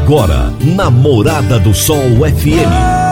Agora, na Morada do Sol FM.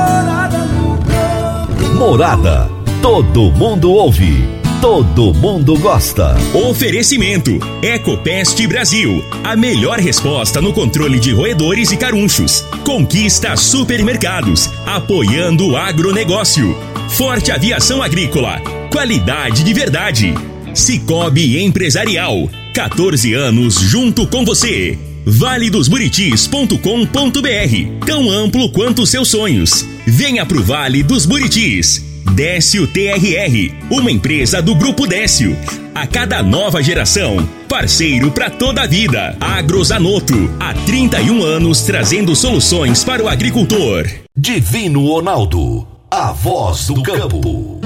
Morada, todo mundo ouve, todo mundo gosta. Oferecimento: Ecopest Brasil, a melhor resposta no controle de roedores e carunchos. Conquista Supermercados, apoiando o agronegócio. Forte Aviação Agrícola, qualidade de verdade. Cicobi Empresarial, 14 anos junto com você. valedosburitis.com.br, tão amplo quanto seus sonhos. Venha pro Vale dos Buritis. Décio TRR, uma empresa do Grupo Décio. A cada nova geração, parceiro para toda a vida. Agrozanoto, há 31 anos trazendo soluções para o agricultor. Divino Ronaldo, a voz do campo.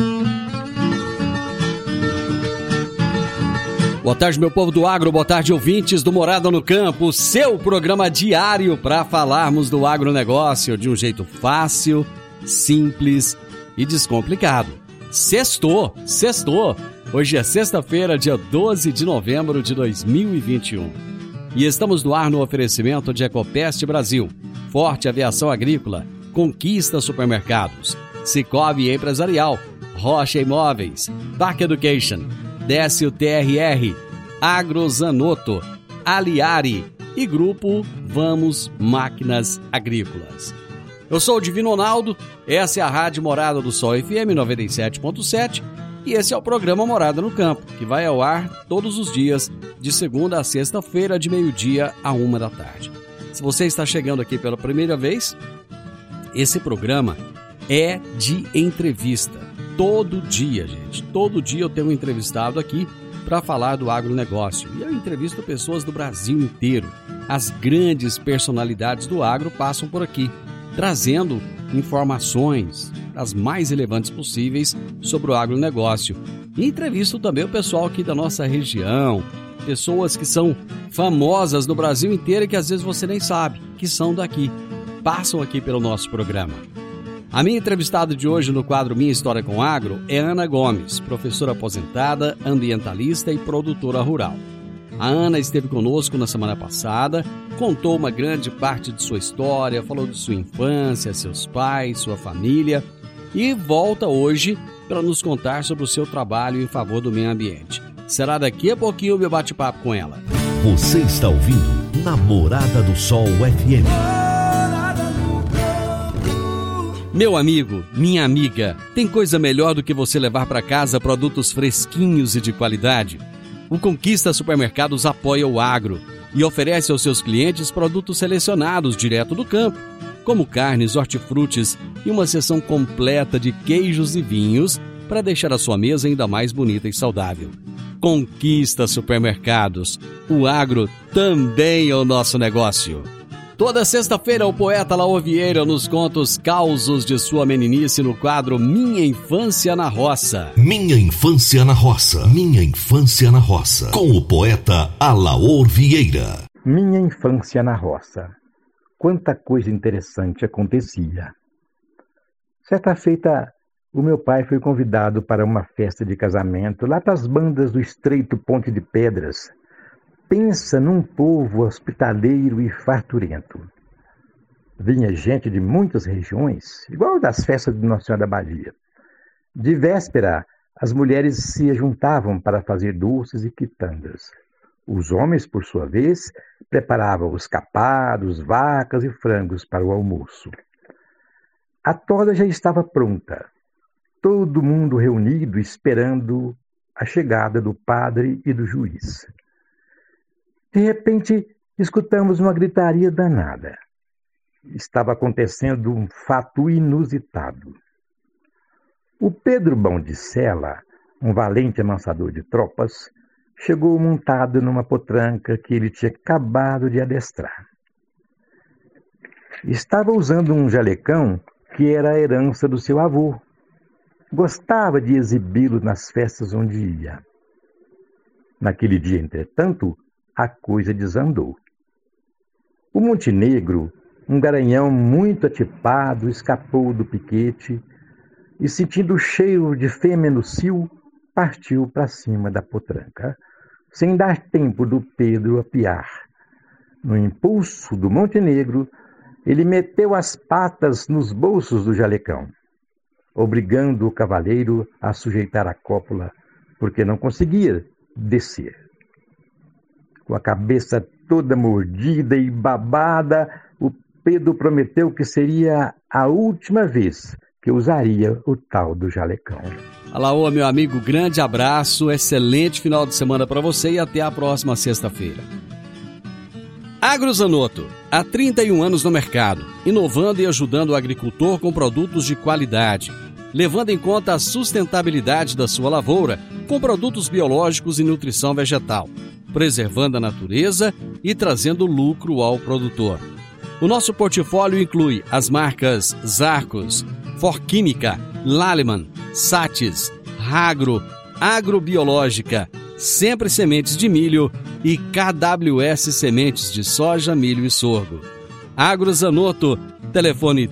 Boa tarde, meu povo do agro, boa tarde, ouvintes do Morada no Campo, seu programa diário para falarmos do agronegócio de um jeito fácil, simples e descomplicado. Sextou! Hoje é sexta-feira, dia 12 de novembro de 2021. E estamos no ar no oferecimento de Ecopest Brasil, Forte Aviação Agrícola, Conquista Supermercados, Cicobi Empresarial, Rocha Imóveis, Park Education, Décio TRR, Agrozanoto, Aliari e Grupo Vamos Máquinas Agrícolas. Eu sou o Divino Ronaldo, essa é a Rádio Morada do Sol FM 97.7 e esse é o programa Morada no Campo, que vai ao ar todos os dias, de segunda a sexta-feira, de meio-dia a 1 da tarde. Se você está chegando aqui pela primeira vez, esse programa é de entrevista. Todo dia, gente, todo dia eu tenho um entrevistado aqui para falar do agronegócio. E eu entrevisto pessoas do Brasil inteiro. As grandes personalidades do agro passam por aqui, trazendo informações as mais relevantes possíveis sobre o agronegócio. E entrevisto também o pessoal aqui da nossa região, pessoas que são famosas no Brasil inteiro e que às vezes você nem sabe que são daqui. Passam aqui pelo nosso programa. A minha entrevistada de hoje no quadro Minha História com Agro é Ana Gomes, professora aposentada, ambientalista e produtora rural. A Ana esteve conosco na semana passada, contou uma grande parte de sua história, falou de sua infância, seus pais, sua família e volta hoje para nos contar sobre o seu trabalho em favor do meio ambiente. Será daqui a pouquinho o meu bate-papo com ela. Você está ouvindo Namorada do Sol FM. Meu amigo, minha amiga, tem coisa melhor do que você levar para casa produtos fresquinhos e de qualidade? O Conquista Supermercados apoia o agro e oferece aos seus clientes produtos selecionados direto do campo, como carnes, hortifrutis e uma seção completa de queijos e vinhos para deixar a sua mesa ainda mais bonita e saudável. Conquista Supermercados, o agro também é o nosso negócio. Toda sexta-feira, o poeta Laor Vieira nos conta os causos de sua meninice no quadro Minha Infância na Roça. Minha Infância na Roça. Minha Infância na Roça. Com o poeta Alaor Vieira. Minha infância na roça. Quanta coisa interessante acontecia. Certa feita, o meu pai foi convidado para uma festa de casamento lá para as bandas do estreito Ponte de Pedras. Pensa num povo hospitaleiro e farturento. Vinha gente de muitas regiões, igual das festas de Nossa Senhora da Badia. De véspera, as mulheres se juntavam para fazer doces e quitandas. Os homens, por sua vez, preparavam os capados, vacas e frangos para o almoço. A toda já estava pronta. Todo mundo reunido esperando a chegada do padre e do juiz. De repente, escutamos uma gritaria danada. Estava acontecendo um fato inusitado. O Pedro Bão de Sela, um valente amansador de tropas, chegou montado numa potranca que ele tinha acabado de adestrar. Estava usando um jalecão que era a herança do seu avô. Gostava de exibi-lo nas festas onde ia. Naquele dia, entretanto, a coisa desandou. O Montenegro, um garanhão muito atipado, escapou do piquete e, sentindo o cheiro de fêmea no cio, partiu para cima da potranca, sem dar tempo do Pedro apiar. No impulso do Monte Negro, ele meteu as patas nos bolsos do jalecão, obrigando o cavaleiro a sujeitar a cópula, porque não conseguia descer. Com a cabeça toda mordida e babada, o Pedro prometeu que seria a última vez que usaria o tal do jalecão. Alaô, meu amigo, grande abraço, excelente final de semana para você e até a próxima sexta-feira. AgroZanoto, há 31 anos no mercado, inovando e ajudando o agricultor com produtos de qualidade, levando em conta a sustentabilidade da sua lavoura com produtos biológicos e nutrição vegetal, preservando a natureza e trazendo lucro ao produtor. O nosso portfólio inclui as marcas Zarcos, Forquímica, Laleman, Satis, Ragro, Agrobiológica, Sempre Sementes de Milho e KWS Sementes de Soja, Milho e Sorgo. AgroZanoto, telefone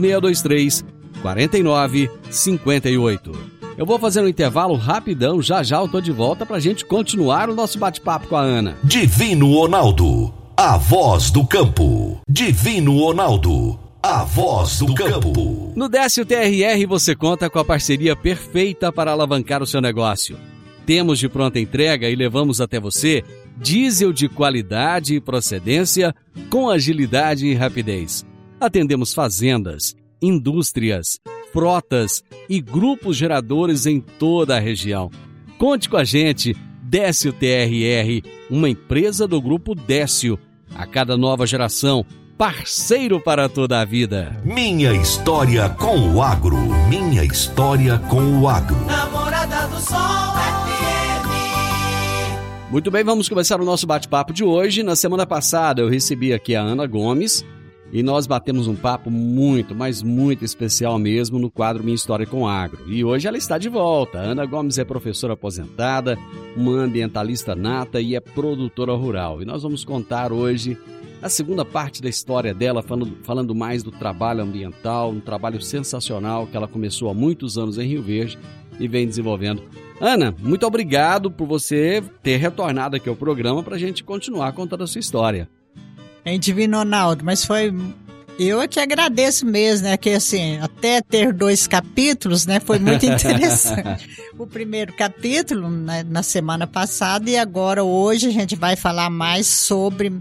3623-4958. Eu vou fazer um intervalo rapidão, já eu tô de volta pra gente continuar o nosso bate-papo com a Ana. Divino Ronaldo, a voz do campo. Divino Ronaldo, a voz do campo. No Décio TRR você conta com a parceria perfeita para alavancar o seu negócio. Temos de pronta entrega e levamos até você diesel de qualidade e procedência com agilidade e rapidez. Atendemos fazendas, indústrias, frotas e grupos geradores em toda a região. Conte com a gente, Décio TRR, uma empresa do Grupo Décio. A cada nova geração, parceiro para toda a vida. Minha história com o agro. Minha história com o agro. Namorada do Sol FM. Muito bem, vamos começar o nosso bate-papo de hoje. Na semana passada eu recebi aqui a Ana Gomes e nós batemos um papo muito, mas muito especial mesmo no quadro Minha História com o Agro. E hoje ela está de volta. A Ana Gomes é professora aposentada, uma ambientalista nata e é produtora rural. E nós vamos contar hoje a segunda parte da história dela, falando mais do trabalho ambiental, um trabalho sensacional que ela começou há muitos anos em Rio Verde e vem desenvolvendo. Ana, muito obrigado por você ter retornado aqui ao programa para a gente continuar contando a sua história. Divino Ronaldo, mas foi... Eu é que agradeço mesmo, né? Que assim, até ter 2 capítulos, né? Foi muito interessante. O primeiro capítulo, né, na semana passada, e agora hoje a gente vai falar mais sobre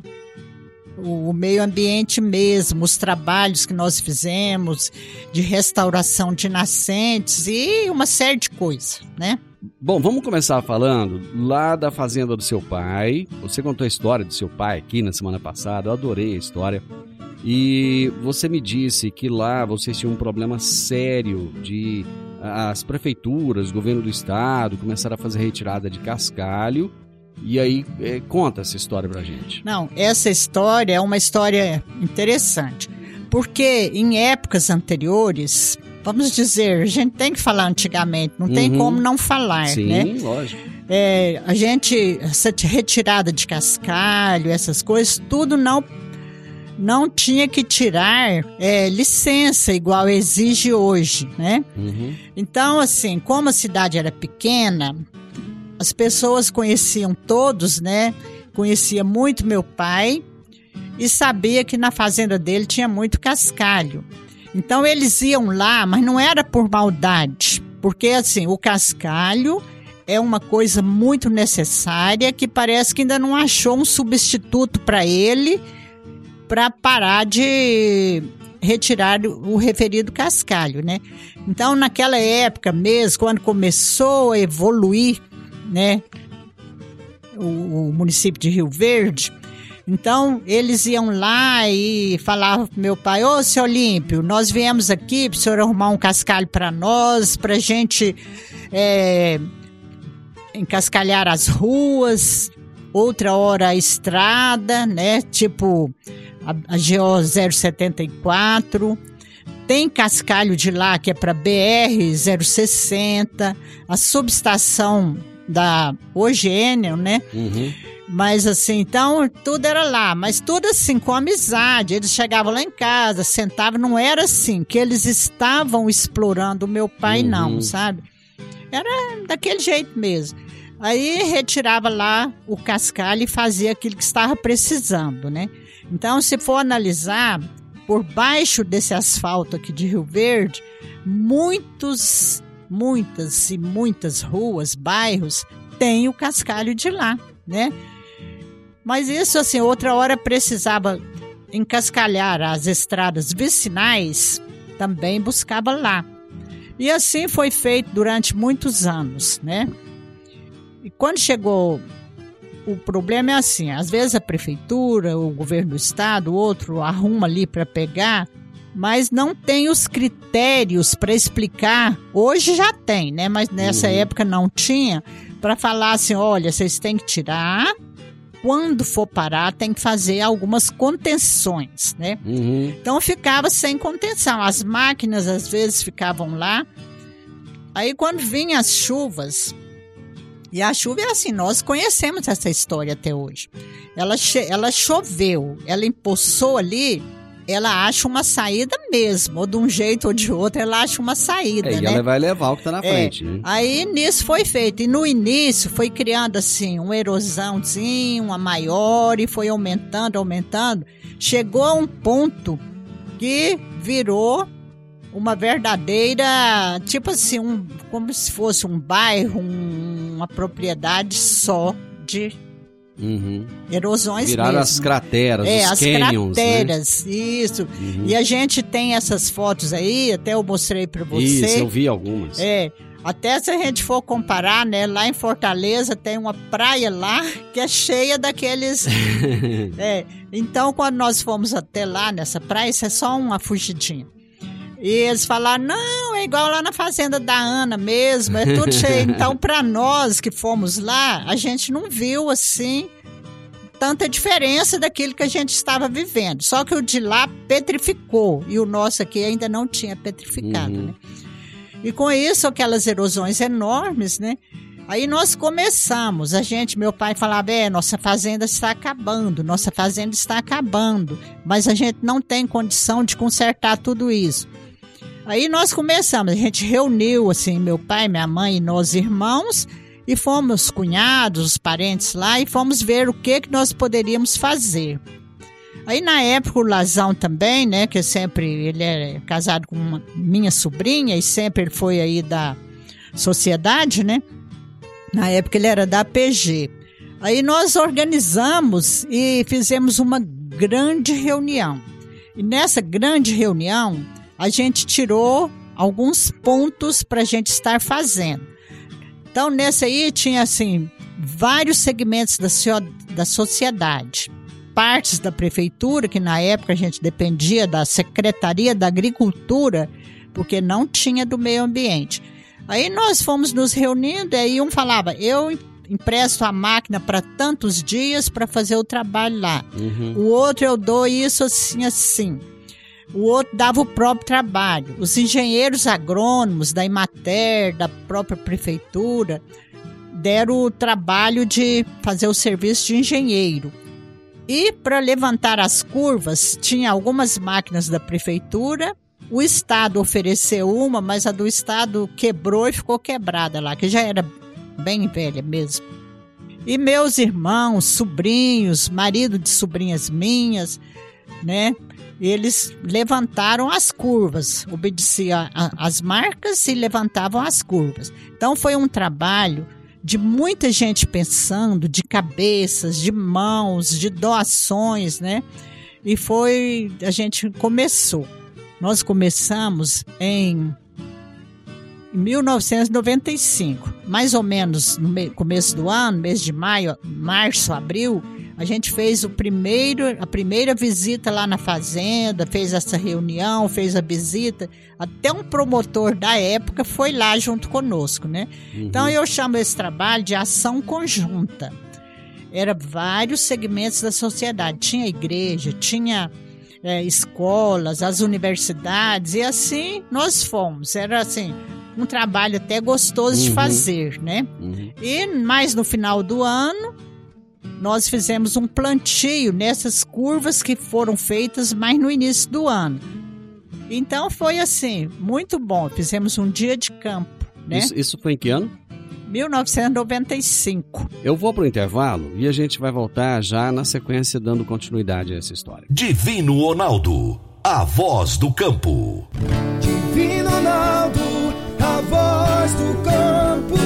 o meio ambiente mesmo, os trabalhos que nós fizemos de restauração de nascentes e uma série de coisas, né? Bom, vamos começar falando lá da fazenda do seu pai. Você contou a história do seu pai aqui na semana passada, eu adorei a história. E você me disse que lá vocês tinham um problema sério de as prefeituras, o governo do estado começaram a fazer retirada de cascalho. E aí, conta essa história pra gente. Não, essa história é uma história interessante, porque em épocas anteriores, vamos dizer, a gente tem que falar antigamente, não tem como não falar, sim, né? Sim, lógico. A gente, essa retirada de cascalho, essas coisas, tudo não tinha que tirar licença igual exige hoje, né? Então, assim, como a cidade era pequena, as pessoas conheciam todos, né? Conhecia muito meu pai e sabia que na fazenda dele tinha muito cascalho. Então eles iam lá, mas não era por maldade, porque assim, o cascalho é uma coisa muito necessária que parece que ainda não achou um substituto para ele para parar de retirar o referido cascalho, né? Então naquela época mesmo, quando começou a evoluir, né, o município de Rio Verde, então eles iam lá e falavam pro meu pai: ô, seu Olímpio, nós viemos aqui para o senhor arrumar um cascalho para nós, pra gente encascalhar as ruas, outra hora a estrada, né, tipo a GO 074, tem cascalho de lá que é para BR 060, a subestação da Ogênio, né? Mas assim, então tudo era lá, mas tudo assim com amizade. Eles chegavam lá em casa, sentavam, não era assim que eles estavam explorando o meu pai, não, sabe? Era daquele jeito mesmo. Aí retirava lá o cascalho e fazia aquilo que estava precisando, né? Então, se for analisar, por baixo desse asfalto aqui de Rio Verde, muitas ruas, bairros, tem o cascalho de lá, né? Mas isso, assim, outra hora precisava encascalhar as estradas vicinais, também buscava lá. E assim foi feito durante muitos anos, né? E quando chegou, o problema é assim, às vezes a prefeitura, o governo do estado, o outro arruma ali para pegar, mas não tem os critérios para explicar. Hoje já tem, né? Mas nessa época não tinha, para falar assim, olha, vocês têm que tirar, quando for parar tem que fazer algumas contenções, né? Então ficava sem contenção, as máquinas às vezes ficavam lá. Aí quando vinham as chuvas, e a chuva é assim, nós conhecemos essa história até hoje. Ela choveu, ela empoçou ali, ela acha uma saída mesmo, ou de um jeito ou de outro, ela acha uma saída, e né? ela vai levar o que está na frente. Né? Aí nisso foi feito, e no início foi criando assim, uma erosãozinha, uma maior, e foi aumentando, chegou a um ponto que virou uma verdadeira, tipo assim, como se fosse um bairro, uma propriedade só de erosões. Viraram mesmo. As crateras, os as canyons, crateras, né? Isso. E a gente tem essas fotos aí, até eu mostrei para você. Isso, eu vi algumas. Até se a gente for comparar, né, lá em Fortaleza tem uma praia lá que é cheia daqueles... Então, quando nós fomos até lá nessa praia, isso é só uma fugidinha. E eles falaram, não, é igual lá na fazenda da Ana mesmo, é tudo cheio. Então, para nós que fomos lá, a gente não viu, assim, tanta diferença daquilo que a gente estava vivendo. Só que o de lá petrificou, e o nosso aqui ainda não tinha petrificado, né? E com isso, aquelas erosões enormes, né? Aí nós começamos, meu pai falava, nossa fazenda está acabando, mas a gente não tem condição de consertar tudo isso. Aí nós começamos, a gente reuniu, assim, meu pai, minha mãe e nós irmãos, e fomos cunhados, os parentes lá, e fomos ver o que nós poderíamos fazer. Aí na época o Lazão também, né, que ele é casado com minha sobrinha, e sempre ele foi aí da sociedade, né? Na época ele era da PG. Aí nós organizamos e fizemos uma grande reunião. E nessa grande reunião, a gente tirou alguns pontos para a gente estar fazendo. Então, nessa aí tinha, assim, vários segmentos da sociedade. Partes da prefeitura, que na época a gente dependia da Secretaria da Agricultura, porque não tinha do meio ambiente. Aí nós fomos nos reunindo, e aí um falava, eu empresto a máquina para tantos dias para fazer o trabalho lá. O outro, eu dou isso assim. O outro dava o próprio trabalho. Os engenheiros agrônomos da Imater, da própria prefeitura, deram o trabalho de fazer o serviço de engenheiro. E para levantar as curvas, tinha algumas máquinas da prefeitura. O estado ofereceu uma, mas a do estado quebrou e ficou quebrada lá, que já era bem velha mesmo. E meus irmãos, sobrinhos, marido de sobrinhas minhas, né? Eles levantaram as curvas, obedeciam as marcas e levantavam as curvas. Então foi um trabalho de muita gente pensando, de cabeças, de mãos, de doações, né? E a gente começou. Nós começamos em 1995, mais ou menos no começo do ano, mês de maio, março, abril, a gente fez a primeira visita lá na fazenda, fez essa reunião, fez a visita, até um promotor da época foi lá junto conosco, né? Então eu chamo esse trabalho de ação conjunta. Era vários segmentos da sociedade, tinha igreja, tinha escolas, as universidades, e assim nós fomos, era assim, um trabalho até gostoso de fazer, né? E mais no final do ano, nós fizemos um plantio nessas curvas que foram feitas mais no início do ano. Então foi assim, muito bom. Fizemos um dia de campo, né? Isso foi em que ano? 1995. Eu vou pro intervalo e a gente vai voltar já na sequência dando continuidade a essa história. Divino Ronaldo, a voz do campo. Divino Ronaldo, a voz do campo.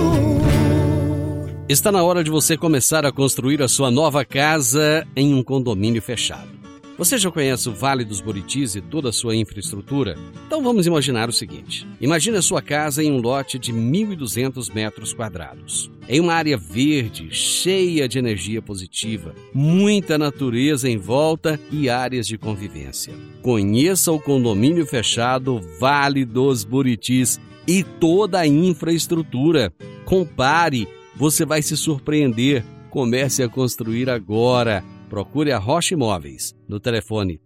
Está na hora de você começar a construir a sua nova casa em um condomínio fechado. Você já conhece o Vale dos Buritis e toda a sua infraestrutura? Então vamos imaginar o seguinte. Imagine a sua casa em um lote de 1.200 metros quadrados. Em uma área verde, cheia de energia positiva, muita natureza em volta e áreas de convivência. Conheça o condomínio fechado Vale dos Buritis e toda a infraestrutura. Compare, você vai se surpreender. Comece a construir agora. Procure a Rocha Imóveis no telefone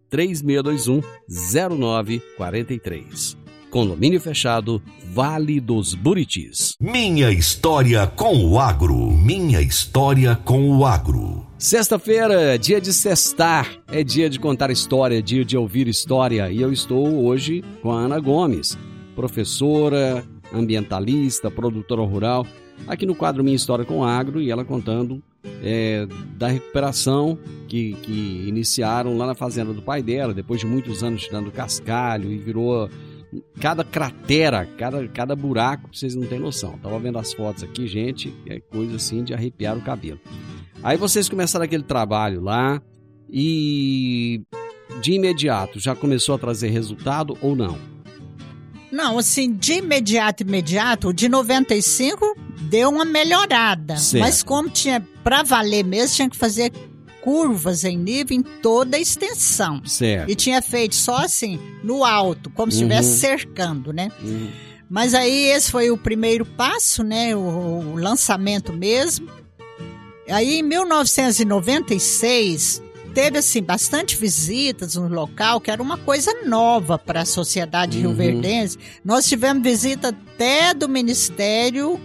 3621-0943. Condomínio fechado, Vale dos Buritis. Minha história com o agro. Minha história com o agro. Sexta-feira, dia de sextar, é dia de contar história, dia de ouvir história. E eu estou hoje com a Ana Gomes, professora, ambientalista, produtora rural, aqui no quadro Minha História com o Agro, e ela contando da recuperação que iniciaram lá na fazenda do pai dela, depois de muitos anos tirando cascalho, e virou cada cratera, cada buraco, vocês não têm noção. Tava vendo as fotos aqui, gente, é coisa assim de arrepiar o cabelo. Aí vocês começaram aquele trabalho lá e de imediato já começou a trazer resultado ou não? Não, assim, de imediato, o de 95 deu uma melhorada. Certo. Mas como tinha, para valer mesmo, tinha que fazer curvas em nível em toda a extensão. Certo. E tinha feito só assim, no alto, como se estivesse cercando, né? Uhum. Mas aí esse foi o primeiro passo, né? O lançamento mesmo. Aí em 1996... teve, assim, bastante visitas no local, que era uma coisa nova para a sociedade rioverdense. Nós tivemos visita até do Ministério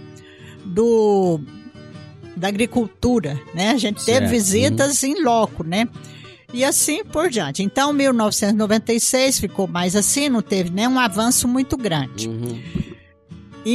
da Agricultura, né? A gente teve visitas em loco, né? E assim por diante. Então, 1996 ficou mais assim, não teve nenhum avanço muito grande. Em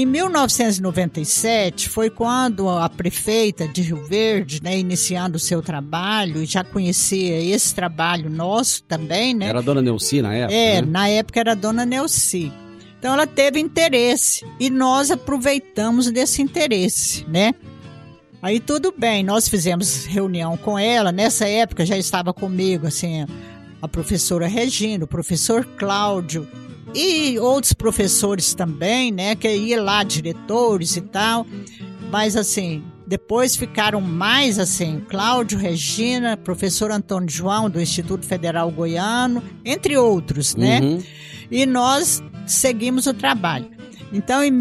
1997 foi quando a prefeita de Rio Verde, né, iniciando o seu trabalho, e já conhecia esse trabalho nosso também, né? Era a dona Neuci na época? Na época era a dona Neuci. Então ela teve interesse e nós aproveitamos desse interesse, né? Aí tudo bem, nós fizemos reunião com ela, nessa época já estava comigo, assim, a professora Regina, o professor Cláudio, e outros professores também, né, que ia lá, diretores e tal, mas assim, depois ficaram mais assim, Cláudio, Regina, professor Antônio João do Instituto Federal Goiano, entre outros, né, e nós seguimos o trabalho. Então, em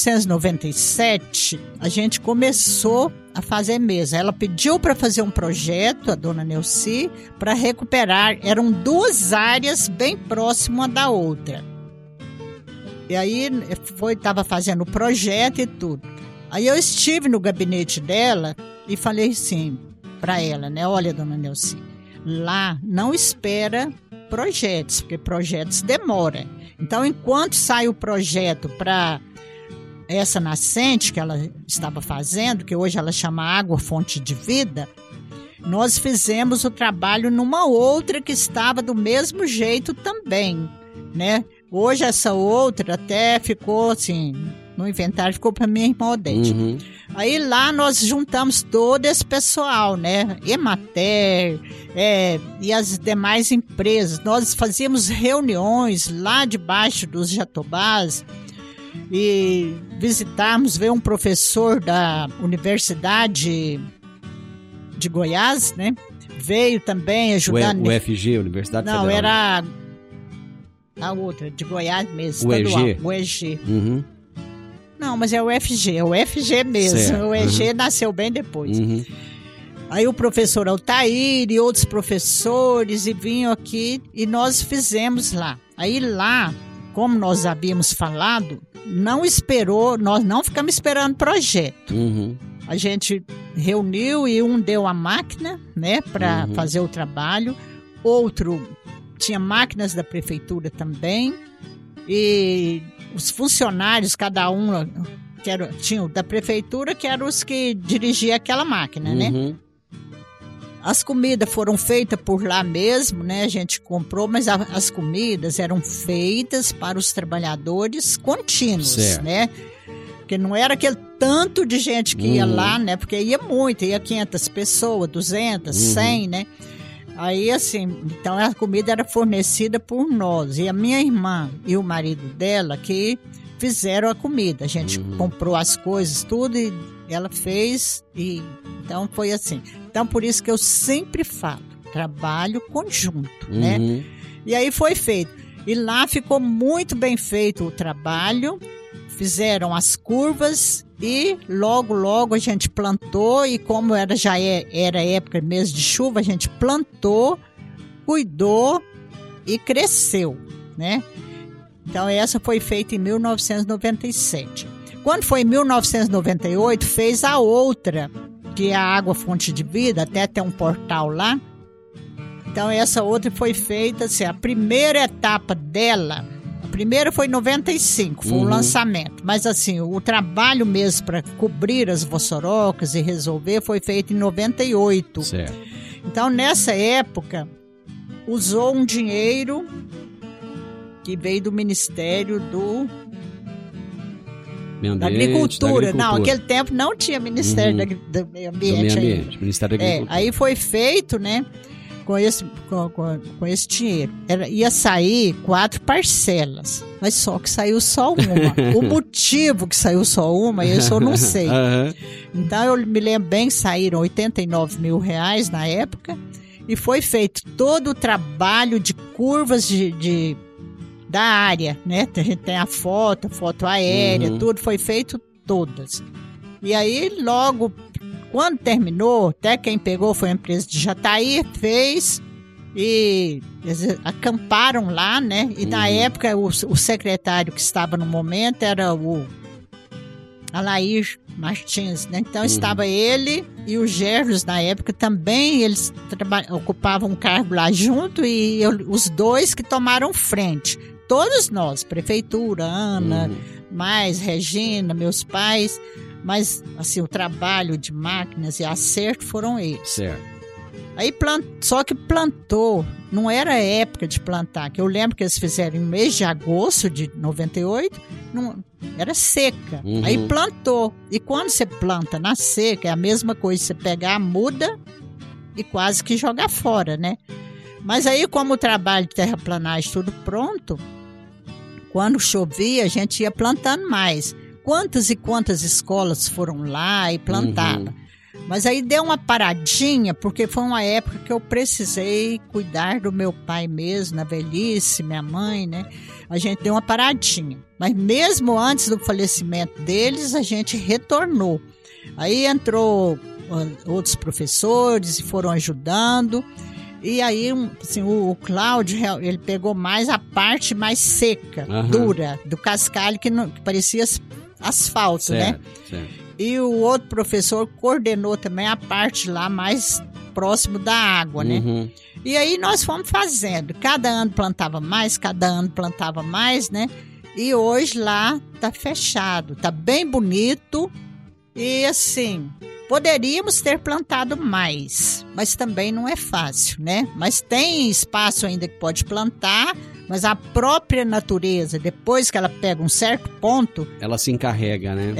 1997, a gente começou a fazer mesa. Ela pediu para fazer um projeto, a dona Neuci, para recuperar, eram duas áreas bem próximas uma da outra. E aí estava fazendo o projeto e tudo. Aí eu estive no gabinete dela e falei assim para ela, né? Olha, dona Neuci, lá não espera projetos, porque projetos demoram. Então, enquanto sai o projeto para essa nascente que ela estava fazendo, que hoje ela chama Água Fonte de Vida, nós fizemos o trabalho numa outra que estava do mesmo jeito também, né? Hoje essa outra até ficou assim, no inventário ficou para minha irmã Odete. Aí lá nós juntamos todo esse pessoal, né? Emater e as demais empresas. Nós fazíamos reuniões lá debaixo dos jatobás e visitamos, ver um professor da Universidade de Goiás, né? Veio também ajudando. O UFG, Universidade Federal. Não, era a outra, de Goiás mesmo. O EG. Não, mas é o UFG mesmo. Certo. O EG nasceu bem depois. Aí o professor Altair e outros professores e vinham aqui e nós fizemos lá. Aí lá, como nós havíamos falado, nós não ficamos esperando projeto. A gente reuniu e um deu a máquina, né, para fazer o trabalho. Outro tinha máquinas da prefeitura também. E os funcionários, cada um tinha o da prefeitura, que eram os que dirigiam aquela máquina, né? As comidas foram feitas por lá mesmo, né? A gente comprou, mas as comidas eram feitas para os trabalhadores contínuos, né? Porque não era aquele tanto de gente que ia lá, né? Porque ia muito, ia 500 pessoas, 200, 100, né? Aí, assim, então a comida era fornecida por nós. E a minha irmã e o marido dela que fizeram a comida. A gente comprou as coisas, tudo, e ela fez, e então foi assim. Então, por isso que eu sempre falo, trabalho conjunto, né? E aí foi feito. E lá ficou muito bem feito o trabalho, fizeram as curvas e logo a gente plantou, e como era época mês de chuva, a gente plantou, cuidou e cresceu, né? Então essa foi feita em 1997. Quando foi em 1998, fez a outra, que é a Água Fonte de Vida, até tem um portal lá. Então essa outra foi feita, assim, a primeira etapa dela, a primeira foi em 95, foi o lançamento. Mas assim, o trabalho mesmo para cobrir as vossorocas e resolver foi feito em 98. Certo. Então nessa época, usou um dinheiro que veio do Ministério da Agricultura. Não, naquele tempo não tinha Ministério do Meio Ambiente ainda. Ministério da Agricultura. Aí foi feito, né, com esse dinheiro. Ia sair 4 parcelas, mas só que saiu só uma. O motivo que saiu só uma, isso eu não sei. Então eu me lembro bem, saíram R$89 mil na época, e foi feito todo o trabalho de curvas da área, né? A gente tem a foto aérea, tudo foi feito, todas. E aí, logo, quando terminou, até quem pegou foi a empresa de Jataí, fez, e eles acamparam lá, né? E na época, o secretário que estava no momento era o Alair Martins, né? Então estava ele e o Gerlos na época também, eles ocupavam um cargo lá junto, e os dois que tomaram frente. Todos nós, prefeitura, Ana, mais Regina, meus pais, mas assim, o trabalho de máquinas e acerto foram eles. Certo. Aí só que plantou, não era época de plantar, que eu lembro que eles fizeram em mês de agosto de 98, era seca. Aí plantou. E quando você planta na seca, é a mesma coisa, você pegar a muda e quase que jogar fora, né? Mas aí, como o trabalho de terraplanagem tudo pronto, quando chovia, a gente ia plantando mais. Quantas e quantas escolas foram lá e plantaram. Mas aí deu uma paradinha, porque foi uma época que eu precisei cuidar do meu pai mesmo, na velhice, minha mãe, né? A gente deu uma paradinha. Mas mesmo antes do falecimento deles, a gente retornou. Aí entrou outros professores e foram ajudando. E aí, assim, o Cláudio, ele pegou mais a parte mais seca, dura, do cascalho, que parecia asfalto, certo, né? Certo. E o outro professor coordenou também a parte lá mais próximo da água, né? E aí nós fomos fazendo. Cada ano plantava mais, né? E hoje lá tá fechado, tá bem bonito. E assim, poderíamos ter plantado mais, mas também não é fácil, né? Mas tem espaço ainda que pode plantar, mas a própria natureza, depois que ela pega um certo ponto, ela se encarrega, né?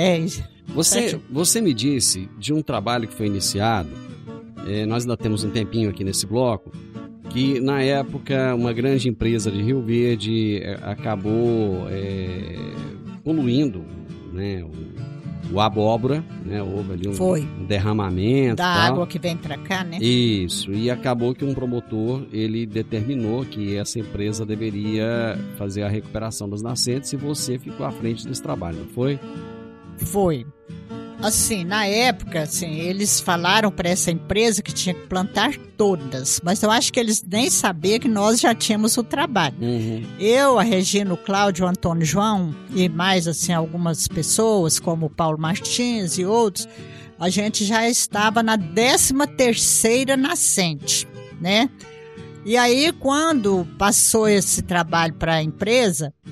Você me disse de um trabalho que foi iniciado, nós ainda temos um tempinho aqui nesse bloco, que na época uma grande empresa de Rio Verde acabou poluindo, né, o abóbora, né? Houve ali um derramamento da água que vem para cá, né? Isso, e acabou que um promotor, ele determinou que essa empresa deveria fazer a recuperação das nascentes, e você ficou à frente desse trabalho, não foi? Foi. Assim, na época, assim, eles falaram para essa empresa que tinha que plantar todas, mas eu acho que eles nem sabiam que nós já tínhamos o trabalho. Eu, a Regina, o Cláudio, o Antônio João e mais, assim, algumas pessoas, como o Paulo Martins e outros, a gente já estava na 13ª nascente, né? E aí, quando passou esse trabalho para a empresa,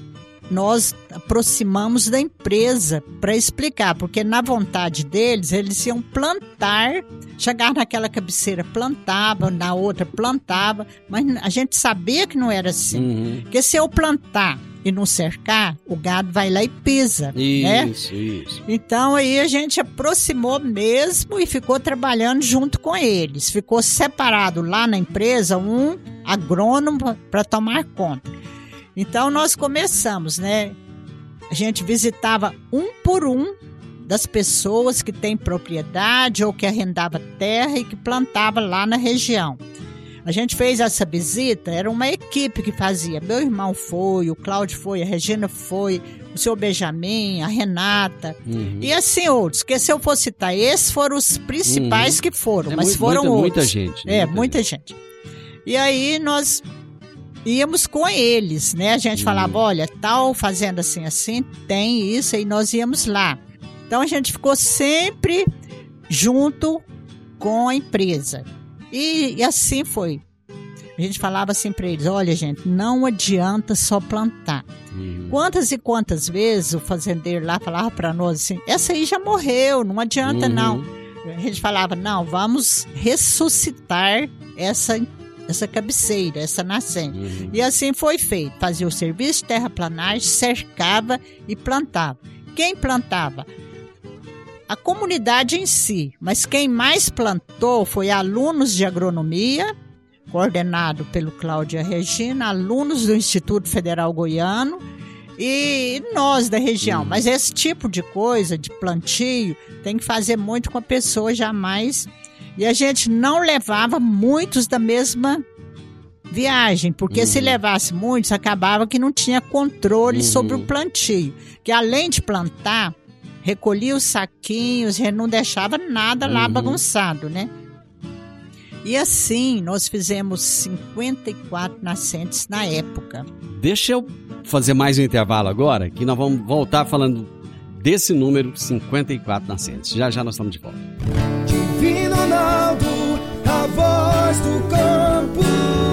nós aproximamos da empresa para explicar, porque na vontade deles, eles iam plantar, chegar naquela cabeceira, plantava, na outra plantava, mas a gente sabia que não era assim. Porque se eu plantar e não cercar, o gado vai lá e pisa. Isso. Então aí a gente aproximou mesmo e ficou trabalhando junto com eles. Ficou separado lá na empresa um agrônomo para tomar conta. Então nós começamos, né? A gente visitava um por um das pessoas que têm propriedade ou que arrendava terra e que plantava lá na região. A gente fez essa visita, era uma equipe que fazia. Meu irmão foi, o Cláudio foi, a Regina foi, o seu Benjamin, a Renata, e assim outros. Porque se eu for citar, esses foram os principais que foram, mas foram outros. Muita gente. Muita gente. E aí nós íamos com eles, né? A gente falava, olha, tal fazenda assim, tem isso, e nós íamos lá. Então a gente ficou sempre junto com a empresa. E assim foi. A gente falava assim para eles, olha gente, não adianta só plantar. Quantas e quantas vezes o fazendeiro lá falava para nós assim, essa aí já morreu, não adianta não. A gente falava, não, vamos ressuscitar essa cabeceira, essa nascente. E assim foi feito. Fazia o serviço de terraplanagem, cercava e plantava. Quem plantava? A comunidade em si, mas quem mais plantou foi alunos de agronomia, coordenado pelo Cláudio e a Regina, alunos do Instituto Federal Goiano e nós da região. Mas esse tipo de coisa, de plantio, tem que fazer muito com a pessoa jamais. E a gente não levava muitos da mesma viagem, porque se levasse muitos, acabava que não tinha controle sobre o plantio. Que além de plantar, recolhia os saquinhos, não deixava nada lá bagunçado, né? E assim, nós fizemos 54 nascentes na época. Deixa eu fazer mais um intervalo agora, que nós vamos voltar falando desse número, 54 nascentes. Já já nós estamos de volta. Divino Ronaldo, a voz do campo.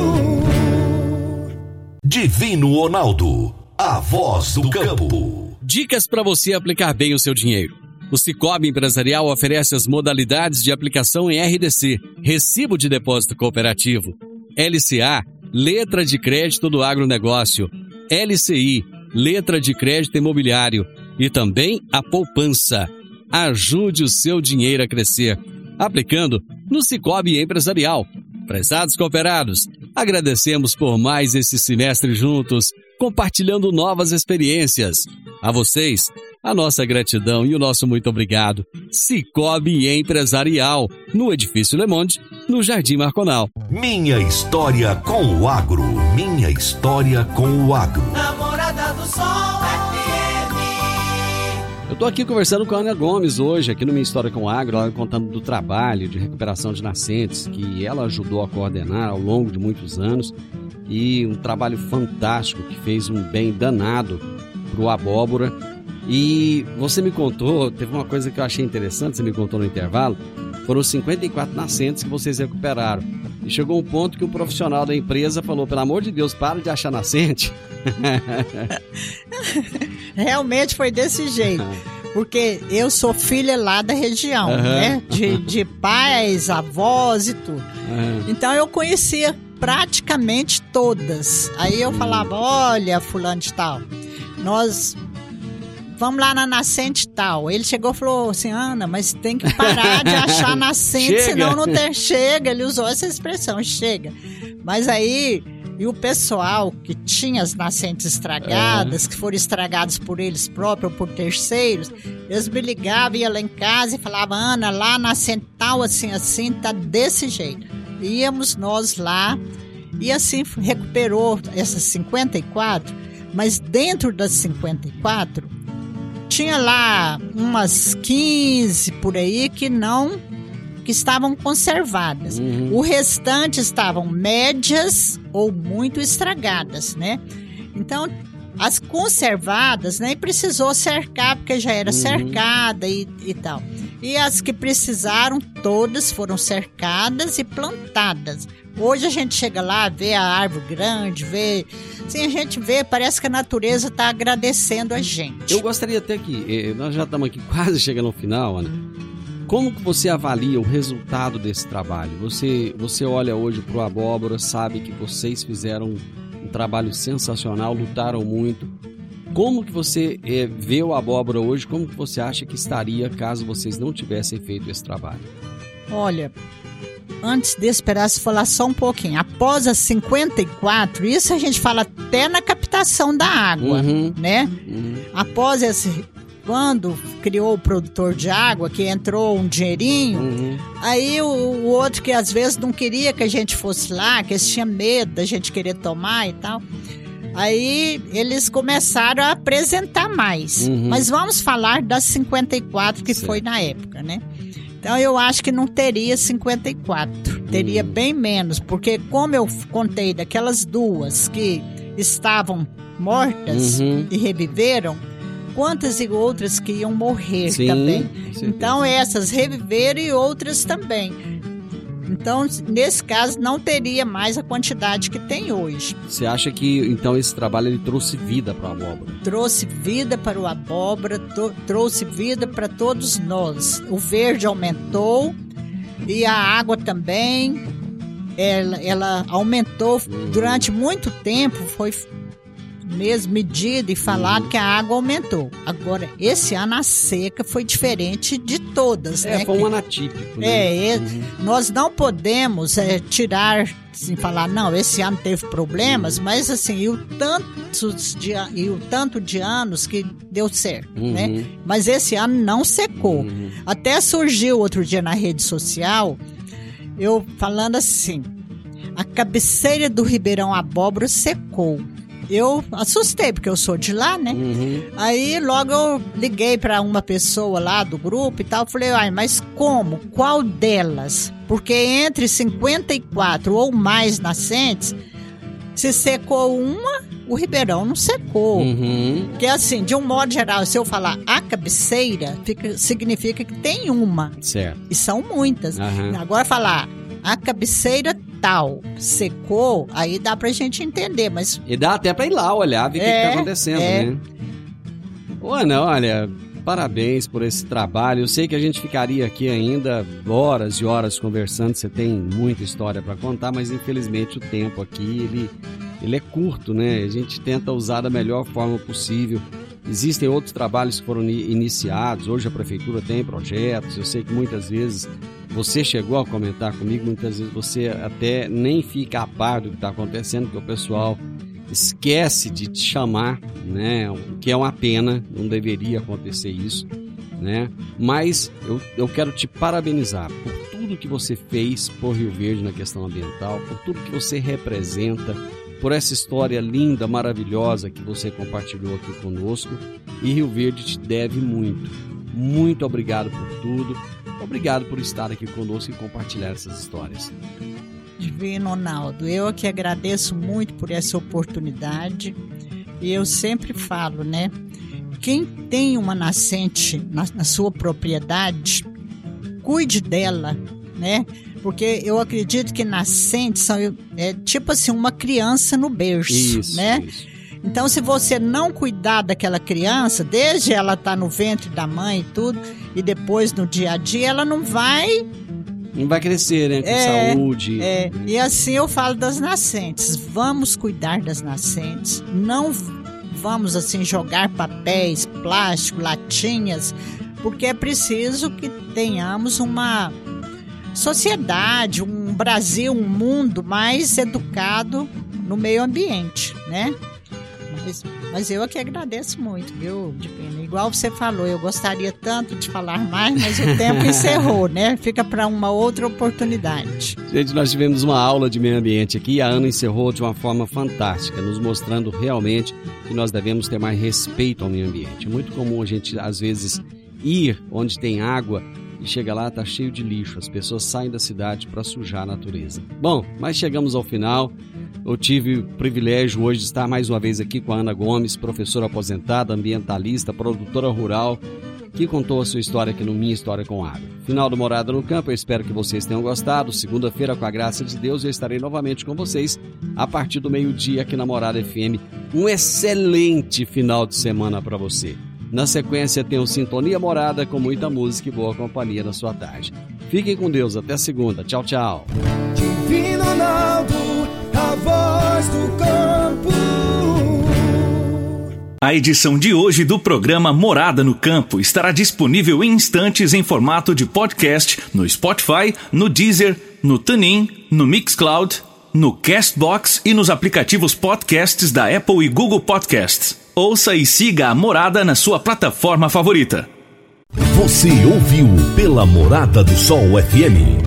Divino Ronaldo, a voz do campo. Dicas para você aplicar bem o seu dinheiro. O Sicoob Empresarial oferece as modalidades de aplicação em RDC, Recibo de Depósito Cooperativo, LCA, Letra de Crédito do Agronegócio, LCI, Letra de Crédito Imobiliário e também a poupança. Ajude o seu dinheiro a crescer, aplicando no Sicoob Empresarial. Prezados cooperados, agradecemos por mais esse semestre juntos, compartilhando novas experiências. A vocês, a nossa gratidão e o nosso muito obrigado. Sicoob Empresarial, no Edifício Le Monde, no Jardim Marconal. Minha história com o agro. Minha história com o agro. Namorada do Sol FM. Eu estou aqui conversando com a Ana Gomes hoje, aqui no Minha História com o Agro, ela contando do trabalho de recuperação de nascentes que ela ajudou a coordenar ao longo de muitos anos, e um trabalho fantástico que fez um bem danado para o abóbora. E você me contou, teve uma coisa que eu achei interessante, você me contou no intervalo, foram 54 nascentes que vocês recuperaram. E chegou um ponto que o profissional da empresa falou, pelo amor de Deus, para de achar nascente. Realmente foi desse jeito. Porque eu sou filha lá da região, né? De pais, avós e tudo. Então eu conhecia praticamente todas. Aí eu falava, olha, fulano de tal, nós vamos lá na nascente tal. Ele chegou e falou assim, Ana, mas tem que parar de achar nascente, senão não tem... Chega, ele usou essa expressão, chega. Mas aí, e o pessoal que tinha as nascentes estragadas, que foram estragadas por eles próprios ou por terceiros, eles me ligavam, iam lá em casa e falavam, Ana, lá nascente tal, assim, tá desse jeito. Íamos nós lá e assim recuperou essas 54, mas dentro das 54 tinha lá umas 15 por aí que estavam conservadas. O restante estavam médias ou muito estragadas, né? Então As conservadas nem precisou cercar, porque já era cercada e tal. E as que precisaram, todas foram cercadas e plantadas. Hoje a gente chega lá, vê a árvore grande, vê... Assim, a gente vê, parece que a natureza está agradecendo a gente. Eu gostaria até que, nós já estamos aqui quase chegando ao final, Ana. Como que você avalia o resultado desse trabalho? Você olha hoje para o Abóbora, sabe que vocês fizeram um trabalho sensacional, lutaram muito. Como que você vê o Abóbora hoje? Como que você acha que estaria caso vocês não tivessem feito esse trabalho? Olha, antes de esperar se falar só um pouquinho, após as 54, isso a gente fala até na captação da água, né? Após esse... Quando criou o produtor de água, que entrou um dinheirinho, aí o outro que às vezes não queria que a gente fosse lá, que eles tinham medo da gente querer tomar e tal, aí eles começaram a apresentar mais. Mas vamos falar das 54 que foi na época, né? Então eu acho que não teria 54, teria bem menos, porque como eu contei daquelas duas que estavam mortas e reviveram, quantas e outras que iam morrer também. Então essas reviveram e outras também. Então, nesse caso, não teria mais a quantidade que tem hoje. Você acha que, então, esse trabalho ele trouxe vida para o Abóbora? Trouxe vida para o Abóbora, trouxe vida para todos nós. O verde aumentou e a água também. Ela aumentou durante muito tempo, foi mesmo medido e falado que a água aumentou. Agora, esse ano a seca foi diferente de todas, né? Foi um ano atípico, né? Nós não podemos tirar, assim, falar, não, esse ano teve problemas, mas assim, e o tanto de anos que deu certo, né? Mas esse ano não secou. Até surgiu outro dia na rede social, eu falando assim, a cabeceira do Ribeirão Abóbora secou. Eu assustei, porque eu sou de lá, né? Aí logo eu liguei para uma pessoa lá do grupo e tal, falei, mas como? Qual delas? Porque entre 54 ou mais nascentes, se secou uma, o Ribeirão não secou. Porque assim, de um modo geral, se eu falar a cabeceira, significa que tem uma. Certo. E são muitas. Agora falar a cabeceira tal secou, aí dá pra gente entender, mas... E dá até pra ir lá olhar, ver o que tá acontecendo, né? Ana, olha, parabéns por esse trabalho. Eu sei que a gente ficaria aqui ainda horas e horas conversando, você tem muita história pra contar, mas infelizmente o tempo aqui, ele é curto, né? A gente tenta usar da melhor forma possível. Existem outros trabalhos que foram iniciados, hoje a prefeitura tem projetos, eu sei que muitas vezes você chegou a comentar comigo, muitas vezes você até nem fica a par do que está acontecendo, porque o pessoal esquece de te chamar, né? O que é uma pena, não deveria acontecer isso, né? Mas eu quero te parabenizar por tudo que você fez por Rio Verde na questão ambiental, por tudo que você representa, por essa história linda, maravilhosa que você compartilhou aqui conosco. E Rio Verde te deve muito. Muito obrigado por tudo. Obrigado por estar aqui conosco e compartilhar essas histórias. Divino Ronaldo, eu que agradeço muito por essa oportunidade. E eu sempre falo, né? Quem tem uma nascente na sua propriedade, cuide dela, né? Porque eu acredito que nascentes são tipo assim, uma criança no berço, né? Isso. Então, se você não cuidar daquela criança, desde ela estar no ventre da mãe e tudo, e depois no dia a dia, ela não vai crescer, né? Com saúde. E assim eu falo das nascentes. Vamos cuidar das nascentes. Não vamos assim jogar papéis, plástico, latinhas, porque é preciso que tenhamos uma sociedade, um Brasil, um mundo mais educado no meio ambiente, né? Mas eu aqui agradeço muito, viu, Divino? Igual você falou, eu gostaria tanto de falar mais, mas o tempo encerrou, né? Fica para uma outra oportunidade. Gente, nós tivemos uma aula de meio ambiente aqui e a Ana encerrou de uma forma fantástica, nos mostrando realmente que nós devemos ter mais respeito ao meio ambiente. É muito comum a gente, às vezes, ir onde tem água e chega lá, tá cheio de lixo. As pessoas saem da cidade para sujar a natureza. Bom, mas chegamos ao final. Eu tive o privilégio hoje de estar mais uma vez aqui com a Ana Gomes, professora aposentada, ambientalista, produtora rural, que contou a sua história aqui no Minha História com Agro. Final do Morada no Campo, eu espero que vocês tenham gostado. Segunda-feira, com a graça de Deus, eu estarei novamente com vocês a partir do meio-dia aqui na Morada FM. Um excelente final de semana para você. Na sequência tem o Sintonia Morada com muita música e boa companhia na sua tarde. Fiquem com Deus, até segunda. Tchau, tchau. Divino Ronaldo, a voz do campo. A edição de hoje do programa Morada no Campo estará disponível em instantes em formato de podcast no Spotify, no Deezer, no TuneIn, no Mixcloud, no Castbox e nos aplicativos podcasts da Apple e Google Podcasts. Ouça e siga a Morada na sua plataforma favorita. Você ouviu pela Morada do Sol FM.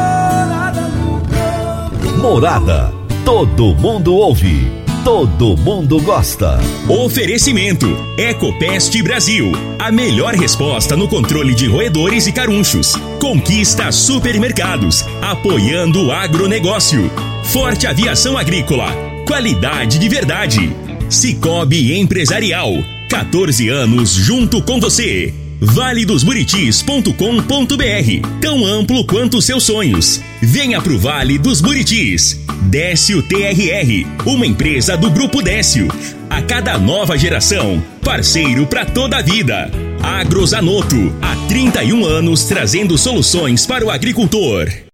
Morada. Todo mundo ouve. Todo mundo gosta. Oferecimento: Ecopest Brasil. A melhor resposta no controle de roedores e carunchos. Conquista Supermercados. Apoiando o agronegócio. Forte Aviação Agrícola. Qualidade de verdade. Cicobi Empresarial. 14 anos junto com você. valedosburitis.com.br. Tão amplo quanto os seus sonhos. Venha pro Vale dos Buritis. Décio TRR, uma empresa do Grupo Décio. A cada nova geração, parceiro para toda a vida. Agrozanoto, há 31 anos trazendo soluções para o agricultor.